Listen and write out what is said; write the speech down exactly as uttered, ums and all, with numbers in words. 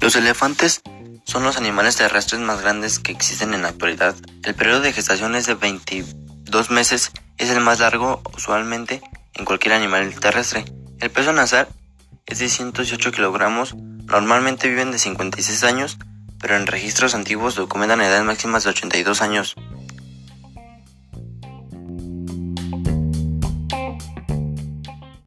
Los elefantes son los animales terrestres más grandes que existen en la actualidad. El periodo de gestación es de veintidós meses, es el más largo usualmente en cualquier animal terrestre. El peso nasal es de ciento dieciocho kilogramos, normalmente viven de cincuenta y seis años, pero en registros antiguos documentan edades máximas de ochenta y dos años.